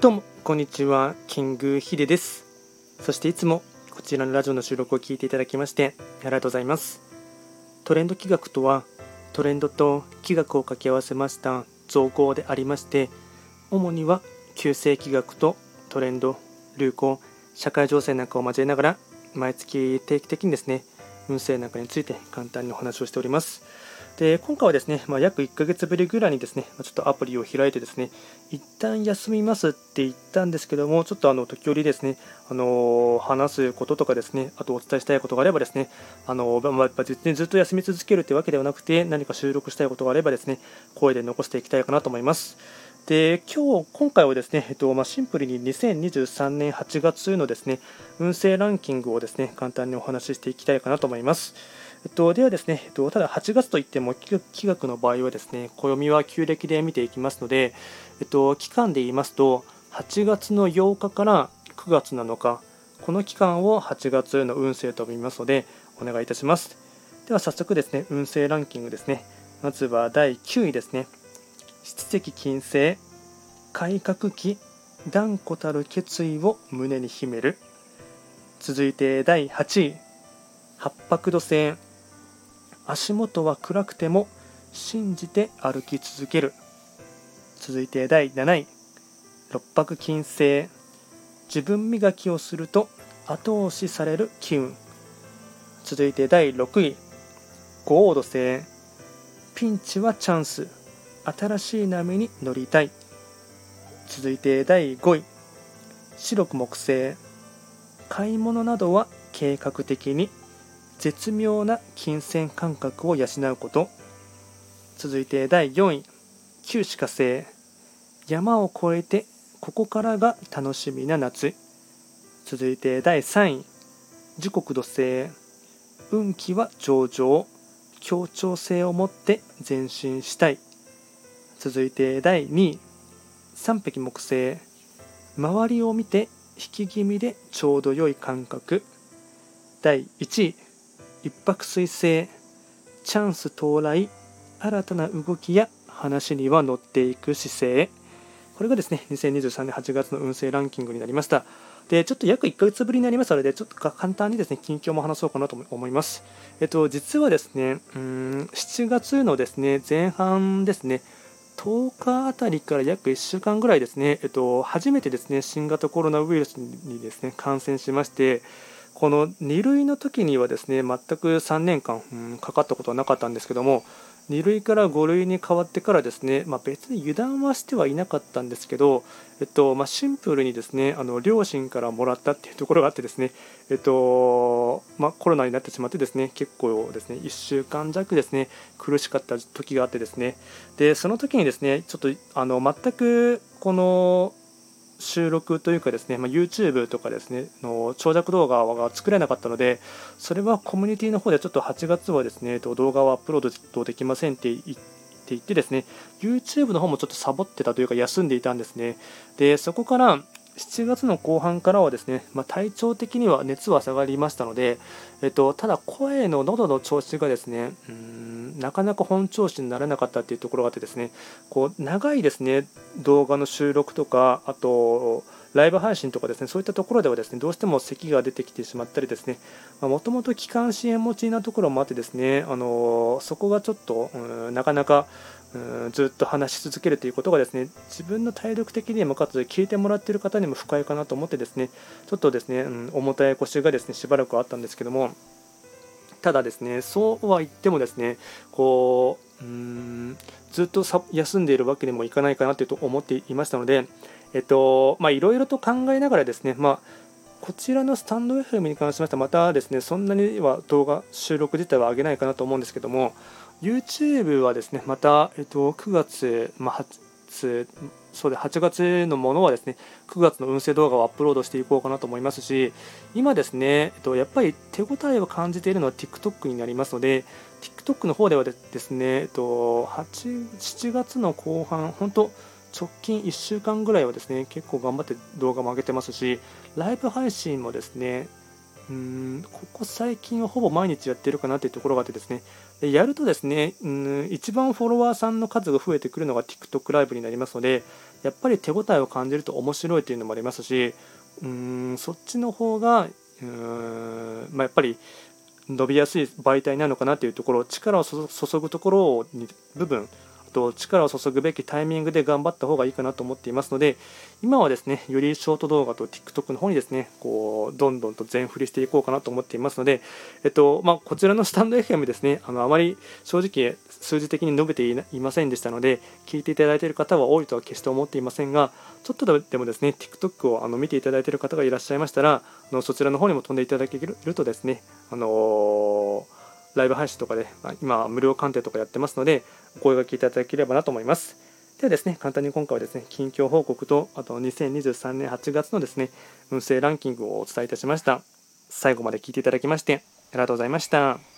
どうもこんにちは、キングヒデです。そしていつもこちらのラジオの収録を聞いていただきましてありがとうございます。トレンド企画とは、トレンドと企画を掛け合わせました造語でありまして、主には旧世企画とトレンド、流行、社会情勢なんかを交えながら毎月定期的にですね、運勢なんかについて簡単にお話をしております。で今回はですね、約1ヶ月ぶりぐらいにですね、ちょっとアプリを開いてですね、一旦休みますって言ったんですけども、ちょっと時折ですね、話すこととかですね、あとお伝えしたいことがあればですね、別にずっと休み続けるというわけではなくて、何か収録したいことがあればですね、声で残していきたいかなと思います。で今回はですね、シンプルに2023年8月のですね、運勢ランキングをですね、簡単にお話ししていきたいかなと思います。ではですね、ただ8月といっても企画の場合はですね、暦は旧暦で見ていきますので、期間で言いますと、8月の8日から9月7日、この期間を8月の運勢と見ますので、お願いいたします。では早速ですね、運勢ランキングですね。まずは第9位ですね。七石金星、改革期、断固たる決意を胸に秘める。続いて第8位、八白土星、足元は暗くても信じて歩き続ける。続いて第7位、六白金星、自分磨きをすると後押しされる機運。続いて第6位、五黄土星、ピンチはチャンス、新しい波に乗りたい。続いて第5位、白く木星、買い物などは計画的に、絶妙な金銭感覚を養うこと。続いて第4位、九死火星、山を越えてここからが楽しみな夏。続いて第3位、時刻土星、運気は上々、協調性を持って前進したい。続いて第2位、三匹木星、周りを見て引き気味でちょうど良い感覚。第1位、一泊水星、チャンス到来、新たな動きや話には乗っていく姿勢。これがですね、2023年8月の運勢ランキングになりました。でちょっと約1ヶ月ぶりになりましたので、ちょっと簡単にですね、近況も話そうかなと思います。実はですね、7月のですね、前半ですね、10日あたりから約1週間ぐらいですね、初めてですね、新型コロナウイルスにですね、感染しまして、この2類の時にはですね、全く3年間、かかったことはなかったんですけども、2類から5類に変わってからですね、別に油断はしてはいなかったんですけど、シンプルにですね、両親からもらったっていうところがあってですね、コロナになってしまってですね、結構ですね、1週間弱ですね、苦しかった時があってですね、でその時にですね、ちょっと全くこの収録というかですね、YouTube とかですねの長尺動画が作れなかったので、それはコミュニティの方でちょっと8月はですね、動画をアップロードできませんって言ってですね、YouTube の方もちょっとサボってたというか休んでいたんですね。でそこから7月の後半からはですね、体調的には熱は下がりましたので、ただ喉の調子がですね、なかなか本調子にならなかったっていうところがあってですね、こう長いですね動画の収録とか、あとライブ配信とかですね、そういったところではですね、どうしても咳が出てきてしまったりですね、もともと気管支炎持ちなところもあってですね、そこがちょっとなかなかずっと話し続けるということがですね、自分の体力的にもかつ聞いてもらっている方にも不快かなと思ってですね、ちょっとですね、重たい腰がですねしばらくあったんですけども、ただですね、そうは言ってもですね、ずっと休んでいるわけにもいかないかなと思っていましたので、いろいろと考えながらですね、こちらのスタンド FM に関しましてはまたですね、そんなには動画収録自体は上げないかなと思うんですけども、YouTube はですね、また、9月、そうで8月のものはですね、9月の運勢動画をアップロードしていこうかなと思いますし、今ですね、やっぱり手応えを感じているのは TikTok になりますので、TikTok の方ではですね、7月の後半、本当直近1週間ぐらいはですね、結構頑張って動画も上げてますし、ライブ配信もですね、ここ最近はほぼ毎日やってるかなというところがあってですね、 やるとですね、一番フォロワーさんの数が増えてくるのが TikTok ライブになりますので、やっぱり手応えを感じると面白いというのもありますし、そっちの方がやっぱり伸びやすい媒体なのかなというところ、力を注ぐところに部分、あと力を注ぐべきタイミングで頑張った方がいいかなと思っていますので、今はですね、よりショート動画と TikTok の方にですね、どんどんと全振りしていこうかなと思っていますので、こちらのスタンド FM ですね、あまり正直数字的に伸びていませんでしたので、聞いていただいている方は多いとは決して思っていませんが、ちょっとでもですね、TikTok を見ていただいている方がいらっしゃいましたら、そちらの方にも飛んでいただけるとですね、ライブ配信とかで、今無料鑑定とかやってますので、お声掛けいただければなと思います。ではですね、簡単に今回はですね、近況報告と、あと2023年8月のですね、運勢ランキングをお伝えいたしました。最後まで聞いていただきまして、ありがとうございました。